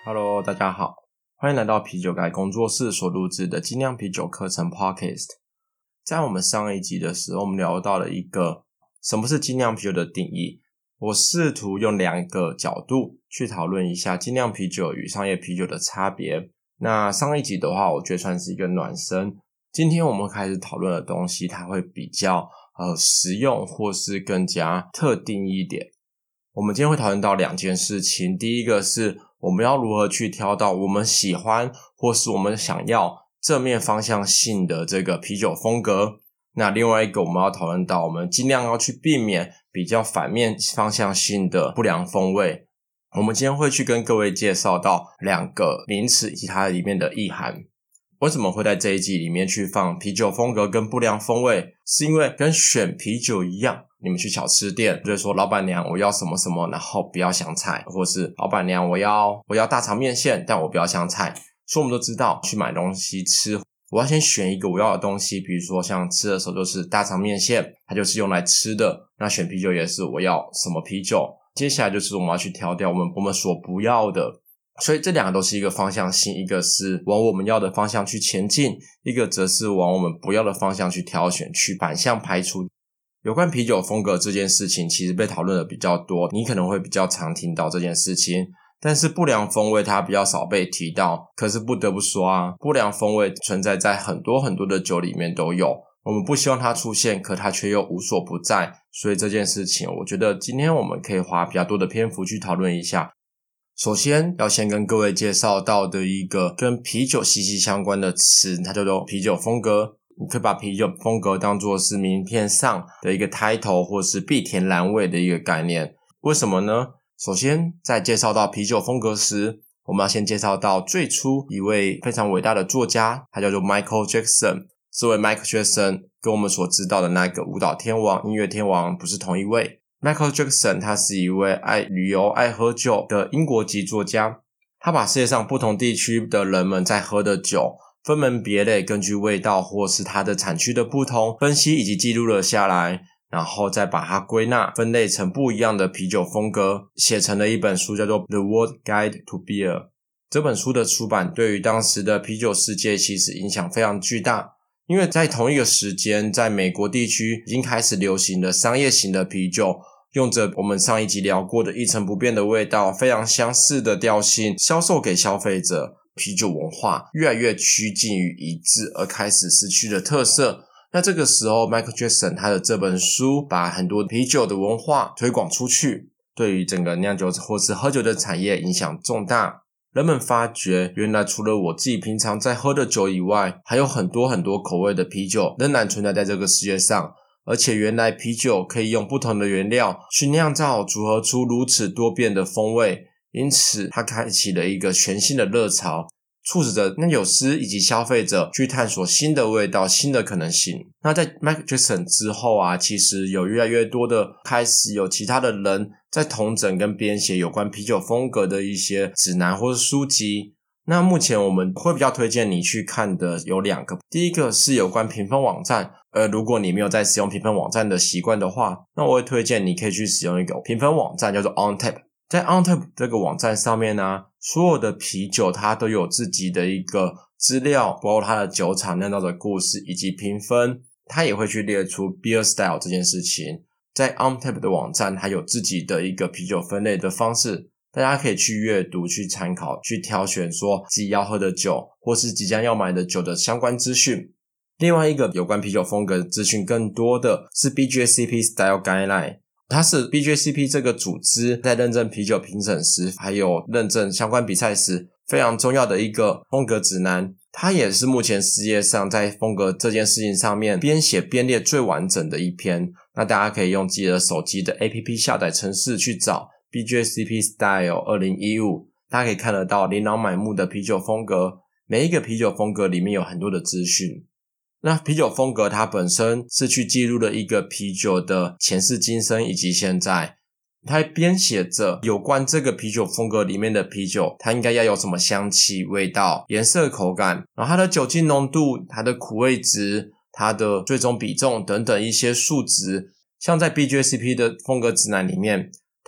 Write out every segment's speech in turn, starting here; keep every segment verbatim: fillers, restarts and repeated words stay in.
Hello， 大家好，欢迎来到啤酒盖工作室所录制的精酿啤酒课程 Podcast。在我们上一集的时候，我们聊到了一个什么是精酿啤酒的定义。我试图用两个角度去讨论一下精酿啤酒与商业啤酒的差别。那上一集的话，我觉得算是一个暖身。今天我们开始讨论的东西，它会比较呃实用，或是更加特定一点。我们今天会讨论到两件事情，第一个是我们要如何去挑到我们喜欢或是我们想要正面方向性的这个啤酒风格。那另外一个我们要讨论到我们尽量要去避免比较反面方向性的不良风味。我们今天会去跟各位介绍到两个名词以及它里面的意涵。为什么会在这一季里面去放啤酒风格跟不良风味？是因为跟选啤酒一样，你们去小吃店就是说老板娘我要什么什么，然后不要香菜，或是老板娘我要我要大肠面线，但我不要香菜。所以我们都知道去买东西吃，我要先选一个我要的东西，比如说像吃的时候就是大肠面线，它就是用来吃的。那选啤酒也是我要什么啤酒，接下来就是我们要去挑掉我们我们所不要的。所以这两个都是一个方向性，一个是往我们要的方向去前进，一个则是往我们不要的方向去挑选，去反向排除。有关啤酒风格这件事情其实被讨论的比较多，你可能会比较常听到这件事情，但是不良风味它比较少被提到。可是不得不说啊，不良风味存在在很多很多的酒里面都有，我们不希望它出现，可它却又无所不在。所以这件事情我觉得今天我们可以花比较多的篇幅去讨论一下。首先要先跟各位介绍到的一个跟啤酒息息相关的词，它叫做啤酒风格。你可以把啤酒风格当作是名片上的一个 title 或是必填栏位的一个概念。为什么呢？首先在介绍到啤酒风格时，我们要先介绍到最初一位非常伟大的作家，他叫做 Michael Jackson。这位 Michael Jackson 跟我们所知道的那个舞蹈天王、音乐天王不是同一位。Michael Jackson 他是一位爱旅游、爱喝酒的英国籍作家，他把世界上不同地区的人们在喝的酒分门别类，根据味道或是它的产区的不同分析以及记录了下来，然后再把它归纳分类成不一样的啤酒风格，写成了一本书叫做 The World Guide to Beer。 这本书的出版对于当时的啤酒世界其实影响非常巨大，因为在同一个时间，在美国地区已经开始流行的商业型的啤酒，用着我们上一集聊过的一成不变的味道，非常相似的调性销售给消费者。啤酒文化越来越趋近于一致，而开始失去了特色。那这个时候 Michael Jackson 他的这本书把很多啤酒的文化推广出去，对于整个酿酒或是喝酒的产业影响重大。人们发觉原来除了我自己平常在喝的酒以外，还有很多很多口味的啤酒仍然存在在这个世界上，而且原来啤酒可以用不同的原料去酿造组合出如此多变的风味。因此它开启了一个全新的热潮，促使着酿酒师以及消费者去探索新的味道、新的可能性。那在 Michael Jackson 之后啊，其实有越来越多的开始有其他的人在统整跟编写有关啤酒风格的一些指南或是书籍。那目前我们会比较推荐你去看的有两个，第一个是有关评分网站，而如果你没有在使用评分网站的习惯的话，那我会推荐你可以去使用一个评分网站叫做 OnTap。在 OnTap 这个网站上面呢、啊，所有的啤酒它都有自己的一个资料，包括它的酒厂酿造的故事以及评分，它也会去列出 Beer Style 这件事情。在 OnTap 的网站它有自己的一个啤酒分类的方式，大家可以去阅读、去参考、去挑选说自己要喝的酒或是即将要买的酒的相关资讯。另外一个有关啤酒风格资讯更多的是 B J C P Style Guideline，它是 B J C P 这个组织在认证啤酒评审时还有认证相关比赛时非常重要的一个风格指南。它也是目前世界上在风格这件事情上面编写编列最完整的一篇。那大家可以用自己的手机的 A P P 下载程式去找 B J C P Style 二零一五， 大家可以看得到琳琅满目的啤酒风格，每一个啤酒风格里面有很多的资讯。那啤酒风格它本身是去记录了一个啤酒的前世今生以及现在，它编写着有关这个啤酒风格里面的啤酒它应该要有什么香气、味道、颜色、口感，然后它的酒精浓度、它的苦味值、它的最终比重等等一些数值。像在 B J C P 的风格指南里面，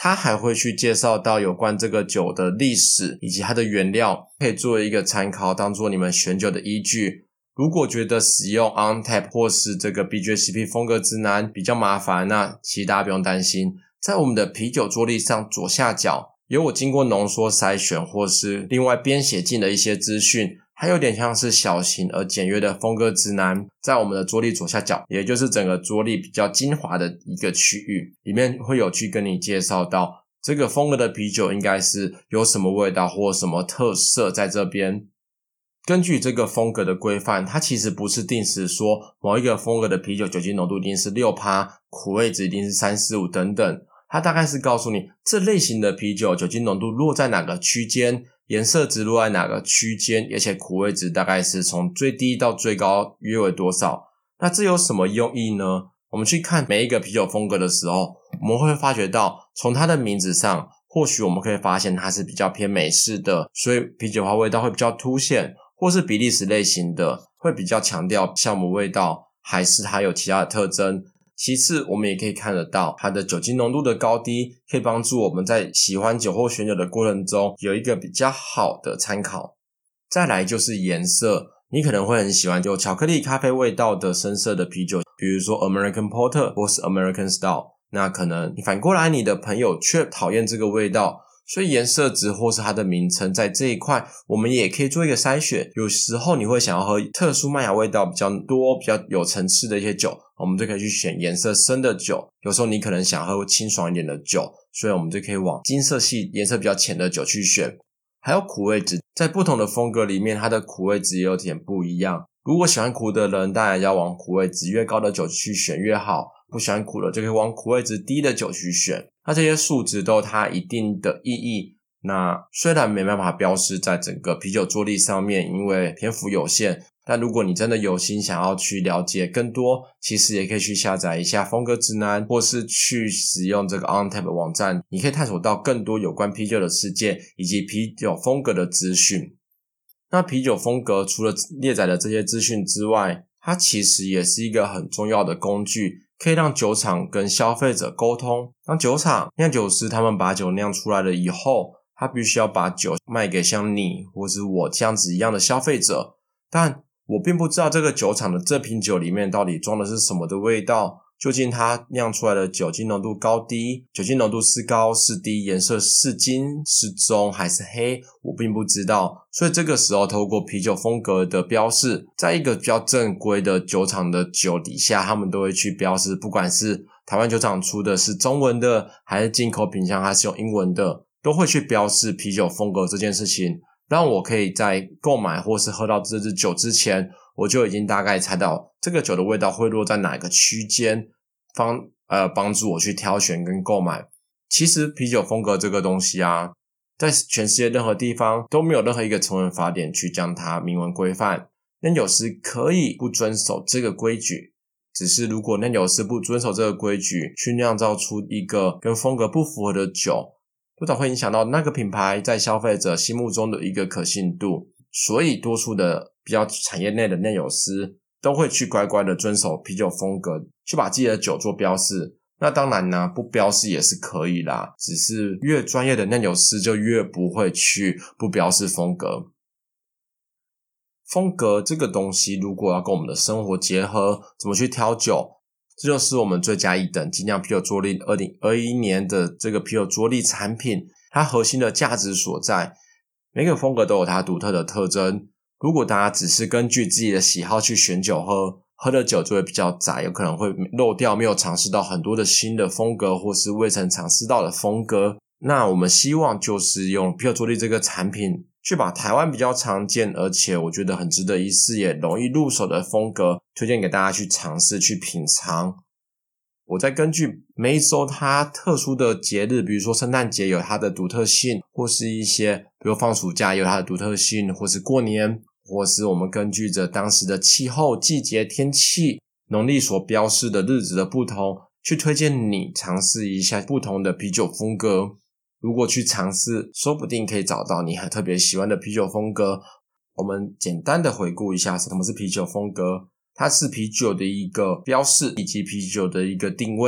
他还会去介绍到有关这个酒的历史以及它的原料，可以作为一个参考，当做你们选酒的依据。如果觉得使用 on tap 或是这个 B J C P 风格指南比较麻烦，那其实大家不用担心，在我们的啤酒桌历上左下角有我经过浓缩筛选或是另外编写进的一些资讯，还有点像是小型而简约的风格指南，在我们的桌历左下角，也就是整个桌历比较精华的一个区域，里面会有去跟你介绍到这个风格的啤酒应该是有什么味道或什么特色在这边。根据这个风格的规范，它其实不是定时说某一个风格的啤酒酒精浓度一定是 百分之六， 苦味值一定是三十五等等，它大概是告诉你这类型的啤酒酒精浓度落在哪个区间，颜色值落在哪个区间，而且苦味值大概是从最低到最高约为多少。那这有什么用意呢？我们去看每一个啤酒风格的时候，我们会发觉到从它的名字上，或许我们可以发现它是比较偏美式的，所以啤酒花味道会比较凸显，或是比利时类型的会比较强调酵母味道，还是它有其他的特征。其次我们也可以看得到它的酒精浓度的高低，可以帮助我们在喜欢酒或选酒的过程中有一个比较好的参考。再来就是颜色，你可能会很喜欢有巧克力咖啡味道的深色的啤酒，比如说 American Porter 或是 American Style， 那可能你反过来你的朋友却讨厌这个味道，所以颜色值或是它的名称在这一块我们也可以做一个筛选。有时候你会想要喝特殊麦芽味道比较多比较有层次的一些酒，我们就可以去选颜色深的酒。有时候你可能想喝清爽一点的酒，所以我们就可以往金色系颜色比较浅的酒去选。还有苦味值，在不同的风格里面它的苦味值也有点不一样。如果喜欢苦的人当然要往苦味值越高的酒去选越好，不喜欢苦的就可以往苦味值低的酒去选。那这些数值都有它一定的意义，那虽然没办法标示在整个啤酒桌历上面，因为篇幅有限，但如果你真的有心想要去了解更多，其实也可以去下载一下风格指南，或是去使用这个 on tap 网站，你可以探索到更多有关啤酒的世界以及啤酒风格的资讯。那啤酒风格除了列载的这些资讯之外，它其实也是一个很重要的工具，可以让酒厂跟消费者沟通。让酒厂酿酒师他们把酒酿出来了以后，他必须要把酒卖给像你或是我这样子一样的消费者，但我并不知道这个酒厂的这瓶酒里面到底装的是什么的味道，究竟它酿出来的酒精浓度高低，酒精浓度是高是低，颜色是金是棕还是黑，我并不知道。所以这个时候透过啤酒风格的标示，在一个比较正规的酒厂的酒底下，他们都会去标示，不管是台湾酒厂出的是中文的还是进口品项还是用英文的，都会去标示啤酒风格这件事情，让我可以在购买或是喝到这支酒之前，我就已经大概猜到这个酒的味道会落在哪个区间，帮呃帮助我去挑选跟购买。其实啤酒风格这个东西啊，在全世界任何地方都没有任何一个成文法典去将它明文规范。酿酒师可以不遵守这个规矩，只是如果酿酒师不遵守这个规矩，去酿造出一个跟风格不符合的酒，多少会影响到那个品牌在消费者心目中的一个可信度。所以多数的比较产业内的酿酒师都会去乖乖的遵守啤酒风格，去把自己的酒做标示。那当然呢，不标示也是可以啦，只是越专业的酿酒师就越不会去不标示风格。风格这个东西如果要跟我们的生活结合，怎么去挑酒，这就是我们最佳一等精酿啤酒桌历二零二一年的这个啤酒桌历产品，它核心的价值所在。每个风格都有它独特的特征，如果大家只是根据自己的喜好去选酒喝，喝的酒就会比较窄，有可能会漏掉没有尝试到很多的新的风格，或是未曾尝试到的风格。那我们希望就是用啤酒桌历这个产品，去把台湾比较常见而且我觉得很值得一试也容易入手的风格推荐给大家去尝试去品尝。我再根据每一周它特殊的节日，比如说圣诞节有它的独特性，或是一些比如放暑假有它的独特性，或是过年，或是我们根据着当时的气候、季节、天气、农历所标示的日子的不同，去推荐你尝试一下不同的啤酒风格。如果去尝试，说不定可以找到你很特别喜欢的啤酒风格。我们简单的回顾一下什么是啤酒风格，它是啤酒的一个标示以及啤酒的一个定位，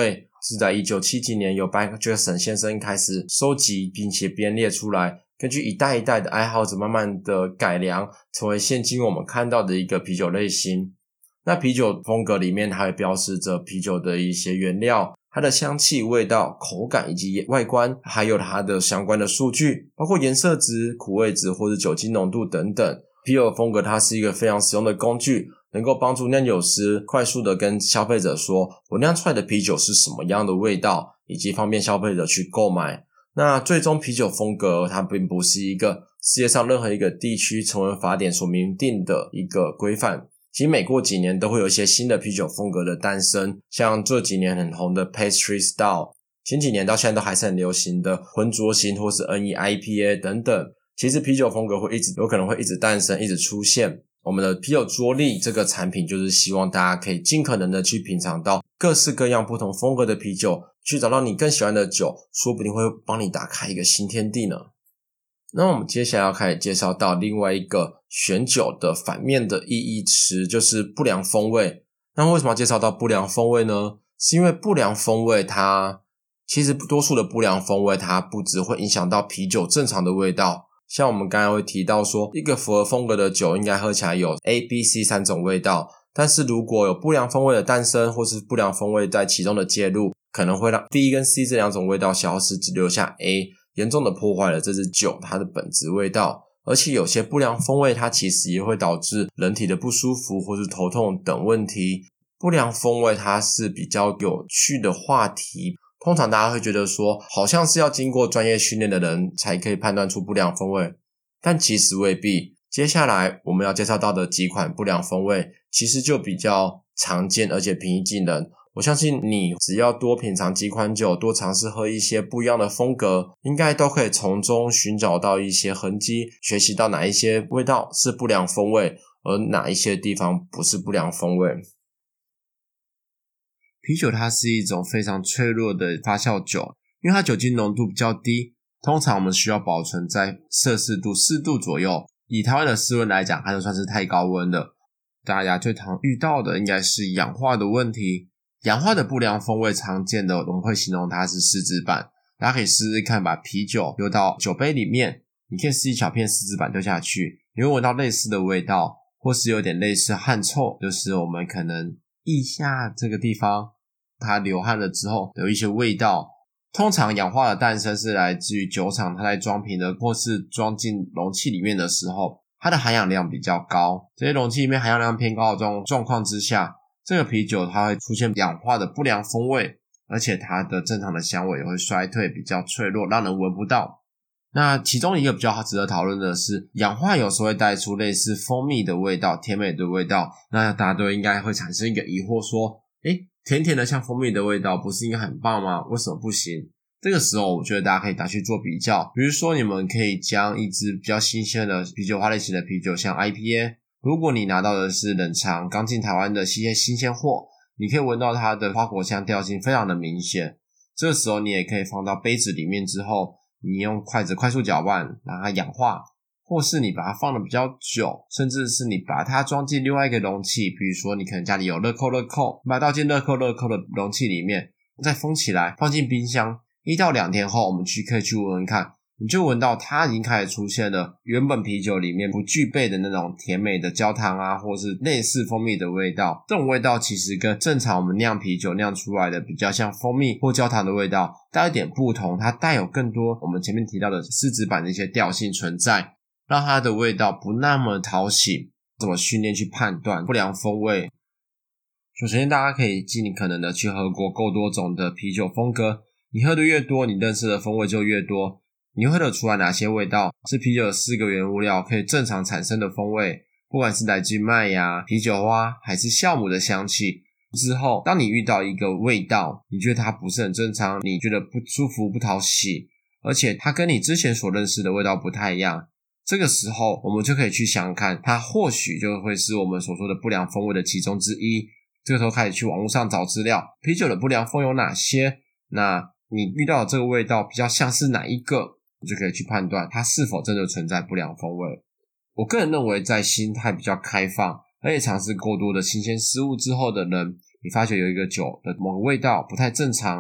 是在一九七几年由白杰克森先生开始收集并且编列出来，根据一代一代的爱好者慢慢的改良，成为现今我们看到的一个啤酒类型。那啤酒风格里面还会标示着啤酒的一些原料，它的香气、味道、口感以及外观，还有它的相关的数据，包括颜色值、苦味值或者酒精浓度等等。啤酒风格它是一个非常实用的工具，能够帮助酿酒师快速的跟消费者说我酿出来的啤酒是什么样的味道，以及方便消费者去购买。那最终啤酒风格它并不是一个世界上任何一个地区成文法典所明定的一个规范，其实每过几年都会有一些新的啤酒风格的诞生，像这几年很红的 Pastry Style， 前几年到现在都还是很流行的浑浊型或是 N E I P A 等等。其实啤酒风格会一直有可能会一直诞生，一直出现。我们的啤酒桌历这个产品就是希望大家可以尽可能的去品尝到各式各样不同风格的啤酒，去找到你更喜欢的酒，说不定会帮你打开一个新天地呢。那我们接下来要开始介绍到另外一个选酒的反面的意义词，就是不良风味。那为什么要介绍到不良风味呢？是因为不良风味它其实多数的不良风味它不只会影响到啤酒正常的味道，像我们刚才会提到说一个符合风格的酒应该喝起来有 A、B、C 三种味道，但是如果有不良风味的诞生或是不良风味在其中的介入，可能会让 B 跟 C 这两种味道消失，只留下 A， 严重的破坏了这支酒它的本质味道。而且有些不良风味它其实也会导致人体的不舒服或是头痛等问题。不良风味它是比较有趣的话题，通常大家会觉得说好像是要经过专业训练的人才可以判断出不良风味，但其实未必。接下来我们要介绍到的几款不良风味其实就比较常见而且平易近人，我相信你只要多品尝几款酒，多尝试喝一些不一样的风格，应该都可以从中寻找到一些痕迹，学习到哪一些味道是不良风味，而哪一些地方不是不良风味。啤酒它是一种非常脆弱的发酵酒，因为它酒精浓度比较低，通常我们需要保存在摄氏度四度左右，以台湾的室温来讲它就算是太高温了。大家最常遇到的应该是氧化的问题，氧化的不良风味常见的我们会形容它是丝质板，大家可以试试看把啤酒丢到酒杯里面，你可以撕一小片丝质板丢下去，你会闻到类似的味道，或是有点类似汗臭，就是我们可能腋下这个地方它流汗了之后有一些味道。通常氧化的诞生是来自于酒厂它在装瓶的或是装进容器里面的时候，它的含氧量比较高，这些容器里面含氧量偏高的这种状况之下，这个啤酒它会出现氧化的不良风味，而且它的正常的香味也会衰退，比较脆弱，让人闻不到。那其中一个比较值得讨论的是，氧化有时候会带出类似蜂蜜的味道，甜美的味道，那大家都应该会产生一个疑惑说，诶甜甜的像蜂蜜的味道不是应该很棒吗？为什么不行？这个时候我觉得大家可以拿去做比较，比如说你们可以将一支比较新鲜的啤酒花类型的啤酒，像 I P A， 如果你拿到的是冷藏刚进台湾的一些新鲜货，你可以闻到它的花果香调性非常的明显，这个时候你也可以放到杯子里面之后，你用筷子快速搅拌让它氧化，或是你把它放的比较久，甚至是你把它装进另外一个容器，比如说你可能家里有乐扣乐扣，把它倒进乐扣乐扣的容器里面，再封起来放进冰箱，一到两天后我们去可以去闻闻看，你就闻到它已经开始出现了原本啤酒里面不具备的那种甜美的焦糖啊，或是类似蜂蜜的味道。这种味道其实跟正常我们酿啤酒酿出来的比较像蜂蜜或焦糖的味道带有点不同，它带有更多我们前面提到的丝质板的一些调性存在，让它的味道不那么讨喜。怎么训练去判断不良风味？首先大家可以尽可能的去喝过够多种的啤酒风格，你喝的越多，你认识的风味就越多，你会喝得出来哪些味道是啤酒的四个原物料可以正常产生的风味，不管是来自于麦芽、啤酒花还是酵母的香气。之后当你遇到一个味道，你觉得它不是很正常，你觉得不舒服不讨喜，而且它跟你之前所认识的味道不太一样，这个时候我们就可以去想想看，它或许就会是我们所说的不良风味的其中之一。这个时候开始去网络上找资料，啤酒的不良风有哪些，那你遇到的这个味道比较像是哪一个，你就可以去判断它是否真的存在不良风味。我个人认为在心态比较开放而且尝试够多的新鲜事物之后的人，你发觉有一个酒的某个味道不太正常，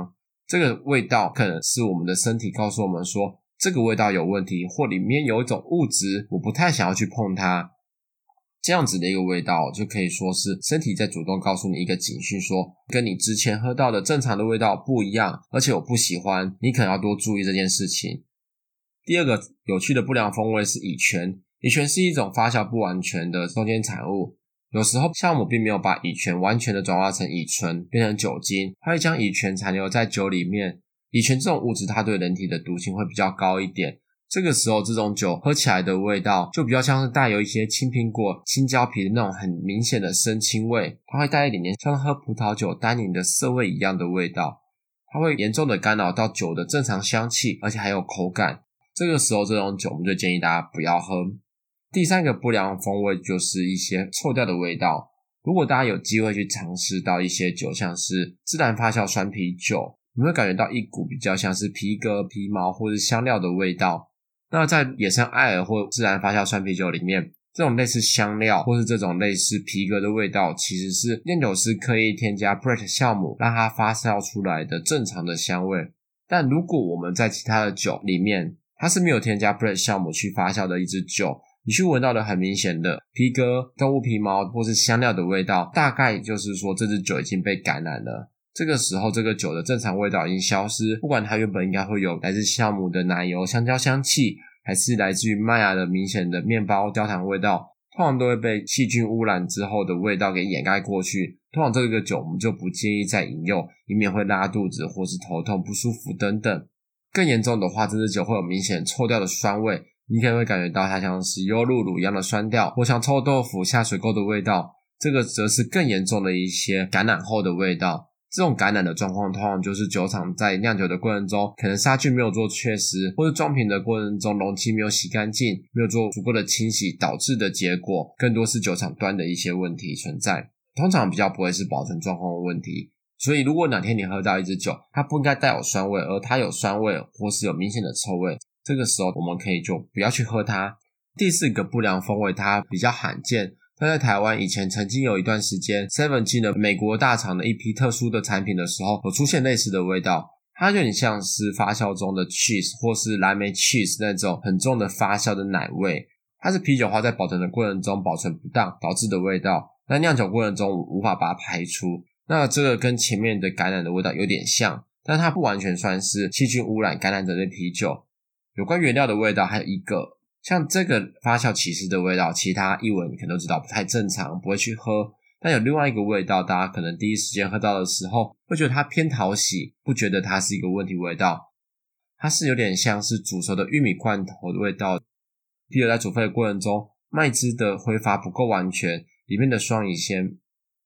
这个味道可能是我们的身体告诉我们说这个味道有问题，或里面有一种物质我不太想要去碰它，这样子的一个味道就可以说是身体在主动告诉你一个警讯，说跟你之前喝到的正常的味道不一样，而且我不喜欢，你可能要多注意这件事情。第二个有趣的不良风味是乙醛，乙醛是一种发酵不完全的中间产物，有时候酵母并没有把乙醛完全的转化成乙醇变成酒精，它会将乙醛残留在酒里面。乙醛这种物质它对人体的毒性会比较高一点，这个时候这种酒喝起来的味道就比较像是带有一些青苹果青椒皮的那种很明显的生青味，它会带一点点像喝葡萄酒单宁的涩味一样的味道，它会严重的干扰到酒的正常香气，而且还有口感，这个时候这种酒我们就建议大家不要喝。第三个不良风味就是一些臭掉的味道，如果大家有机会去尝试到一些酒，像是自然发酵酸啤酒，你会感觉到一股比较像是皮革、皮毛或是香料的味道。那在野生艾尔或自然发酵酸啤酒里面，这种类似香料或是这种类似皮革的味道，其实是酿酒师刻意添加 Brett 酵母让它发酵出来的正常的香味。但如果我们在其他的酒里面，它是没有添加 Brett 酵母去发酵的一支酒，你去闻到的很明显的皮革、动物皮毛或是香料的味道，大概就是说这支酒已经被感染了。这个时候这个酒的正常味道已经消失，不管它原本应该会有来自酵母的奶油、香蕉香气，还是来自于麦芽的明显的面包、焦糖味道，通常都会被细菌污染之后的味道给掩盖过去。通常这个酒我们就不建议再饮用，以免会拉肚子或是头痛不舒服等等。更严重的话，这支酒会有明显臭掉的酸味，你可能会感觉到它像是优酪乳一样的酸调，或像臭豆腐、下水沟的味道，这个则是更严重的一些感染后的味道。这种感染的状况通常就是酒厂在酿酒的过程中，可能杀菌没有做确实，或是装瓶的过程中容器没有洗干净，没有做足够的清洗导致的结果，更多是酒厂端的一些问题存在，通常比较不会是保存状况的问题。所以如果哪天你喝到一支酒，它不应该带有酸味，而它有酸味或是有明显的臭味，这个时候我们可以就不要去喝它。第四个不良风味它比较罕见，但在台湾以前曾经有一段时间 seven 进了美国大厂的一批特殊的产品的时候，有出现类似的味道，它有点像是发酵中的 cheese 或是蓝莓 cheese 那种很重的发酵的奶味，它是啤酒花在保存的过程中保存不当导致的味道，那酿酒过程中无法把它排出。那这个跟前面的感染的味道有点像，但它不完全算是细菌污染感染者的啤酒。有关原料的味道还有一个，像这个发酵起司的味道，其他一闻你可能都知道不太正常，不会去喝。但有另外一个味道，大家可能第一时间喝到的时候会觉得它偏讨喜，不觉得它是一个问题味道，它是有点像是煮熟的玉米罐头的味道。啤酒在煮沸的过程中，麦汁的挥发不够完全，里面的双乙酰。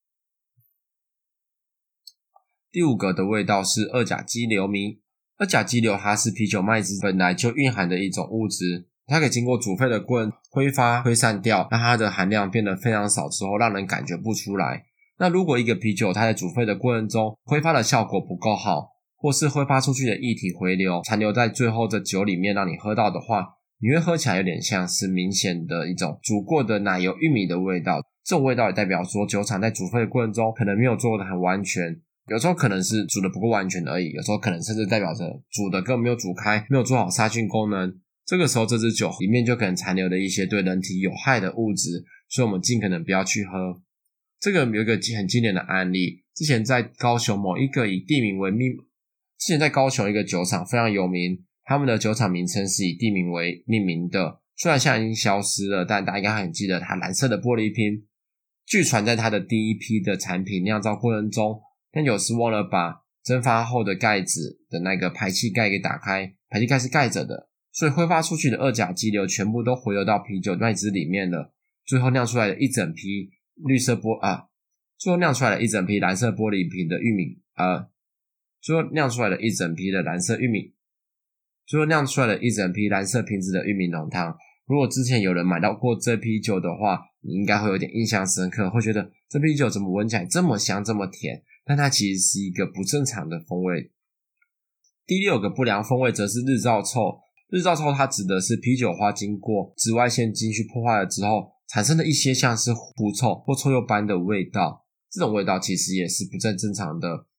第五个的味道是二甲基硫醚。二甲基硫它是啤酒麦汁本来就蕴含的一种物质，它可以经过煮沸的过程挥发挥散掉，让它的含量变得非常少之后让人感觉不出来。那如果一个啤酒它在煮沸的过程中挥发的效果不够好，或是挥发出去的液体回流残留在最后的酒里面让你喝到的话，你会喝起来有点像是明显的一种煮过的奶油玉米的味道。这种味道也代表说酒厂在煮沸的过程中可能没有做得很完全，有时候可能是煮得不够完全而已，有时候可能甚至代表着煮的根本没有煮开，没有做好杀菌功能。这个时候这支酒里面就可能残留了一些对人体有害的物质，所以我们尽可能不要去喝。这个有一个很经典的案例，之前在高雄某一个以地名为命，之前在高雄一个酒厂非常有名，他们的酒厂名称是以地名为命名的，虽然现在已经消失了，但大家应该很记得它蓝色的玻璃瓶。据传在它的第一批的产品酿造过程中，酿酒师忘了把蒸发后的盖子的那个排气盖给打开，排气盖是盖着的，所以挥发出去的二甲基硫全部都回流到啤酒麦汁里面了，最后酿出来的一整批绿色玻啊，最后酿出来的一整批蓝色玻璃瓶的玉米呃，最后酿出来的一整批的蓝色玉米最后酿出来的一整批蓝色瓶子的玉米浓汤。如果之前有人买到过这批酒的话，你应该会有点印象深刻，会觉得这批酒怎么闻起来这么香这么甜，但它其实是一个不正常的风味。第六个不良风味则是日照臭。日照臭它指的是啤酒花经过紫外线进去破坏了之后产生的一些像是狐臭或臭鼬般的味道，这种味道其实也是不正正常的，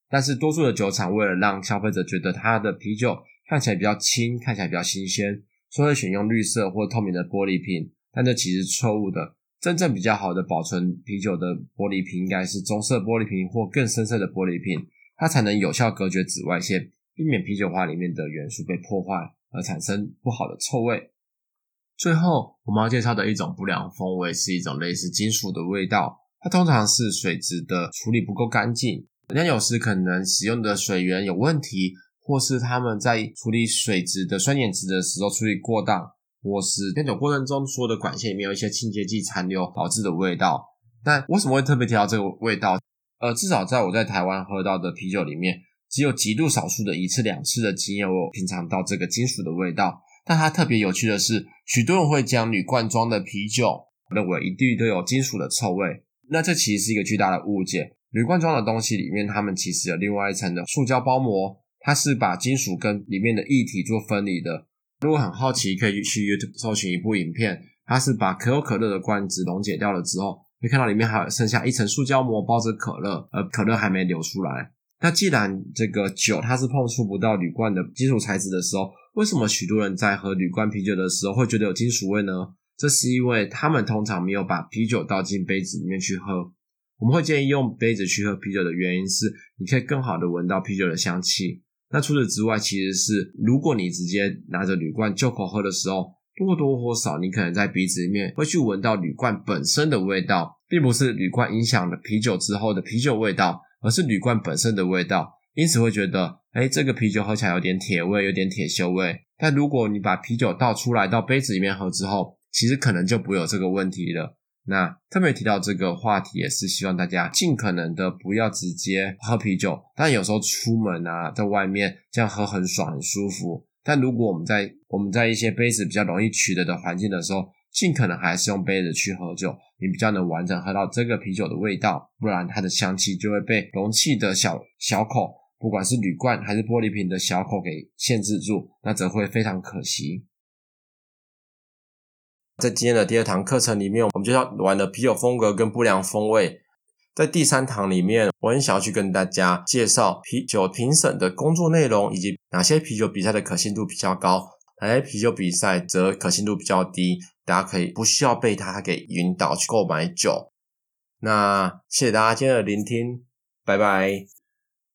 但是多数的酒厂为了让消费者觉得它的啤酒看起来比较轻，看起来比较新鲜，所以会选用绿色或透明的玻璃瓶，但这其实错误的。真正比较好的保存啤酒的玻璃瓶应该是棕色玻璃瓶或更深色的玻璃瓶，它才能有效隔绝紫外线，避免啤酒花里面的元素被破坏而产生不好的臭味。最后我们要介绍的一种不良风味是一种类似金属的味道，它通常是水质的处理不够干净，人家有时可能使用的水源有问题，或是他们在处理水质的酸碱值的时候处理过当，或是酿酒过程中所有的管线里面有一些清洁剂残留导致的味道。但为什么会特别提到这个味道？呃，至少在我在台湾喝到的啤酒里面，只有极度少数的一次两次的经验我有品尝到这个金属的味道。但它特别有趣的是，许多人会将铝罐装的啤酒认为一定都有金属的臭味，那这其实是一个巨大的误解。铝罐装的东西里面，它们其实有另外一层的塑胶包膜，它是把金属跟里面的液体做分离的。如果很好奇，可以去 YouTube 搜寻一部影片，它是把可口可乐的罐子溶解掉了之后，会看到里面还有剩下一层塑胶膜包着可乐，而可乐还没流出来。那既然这个酒它是碰触不到铝罐的金属材质的时候，为什么许多人在喝铝罐啤酒的时候会觉得有金属味呢？这是因为他们通常没有把啤酒倒进杯子里面去喝。我们会建议用杯子去喝啤酒的原因是，你可以更好的闻到啤酒的香气。那除此之外，其实是如果你直接拿着铝罐就口喝的时候，或多或少你可能在鼻子里面会去闻到铝罐本身的味道，并不是铝罐影响了啤酒之后的啤酒味道，而是铝罐本身的味道，因此会觉得诶这个啤酒喝起来有点铁味，有点铁锈味。但如果你把啤酒倒出来到杯子里面喝之后，其实可能就不会有这个问题了。那特别提到这个话题，也是希望大家尽可能的不要直接喝啤酒，但有时候出门啊，在外面这样喝很爽很舒服，但如果我们在我们在一些杯子比较容易取得的环境的时候，尽可能还是用杯子去喝酒，你比较能完整喝到这个啤酒的味道，不然它的香气就会被容器的小小口，不管是铝罐还是玻璃瓶的小口给限制住，那则会非常可惜。在今天的第二堂课程里面，我们介绍完了啤酒风格跟不良风味。在第三堂里面，我很想要去跟大家介绍啤酒评审的工作内容，以及哪些啤酒比赛的可信度比较高，哪些啤酒比赛则可信度比较低，大家可以不需要被它给引导去购买酒。那谢谢大家今天的聆听，拜拜。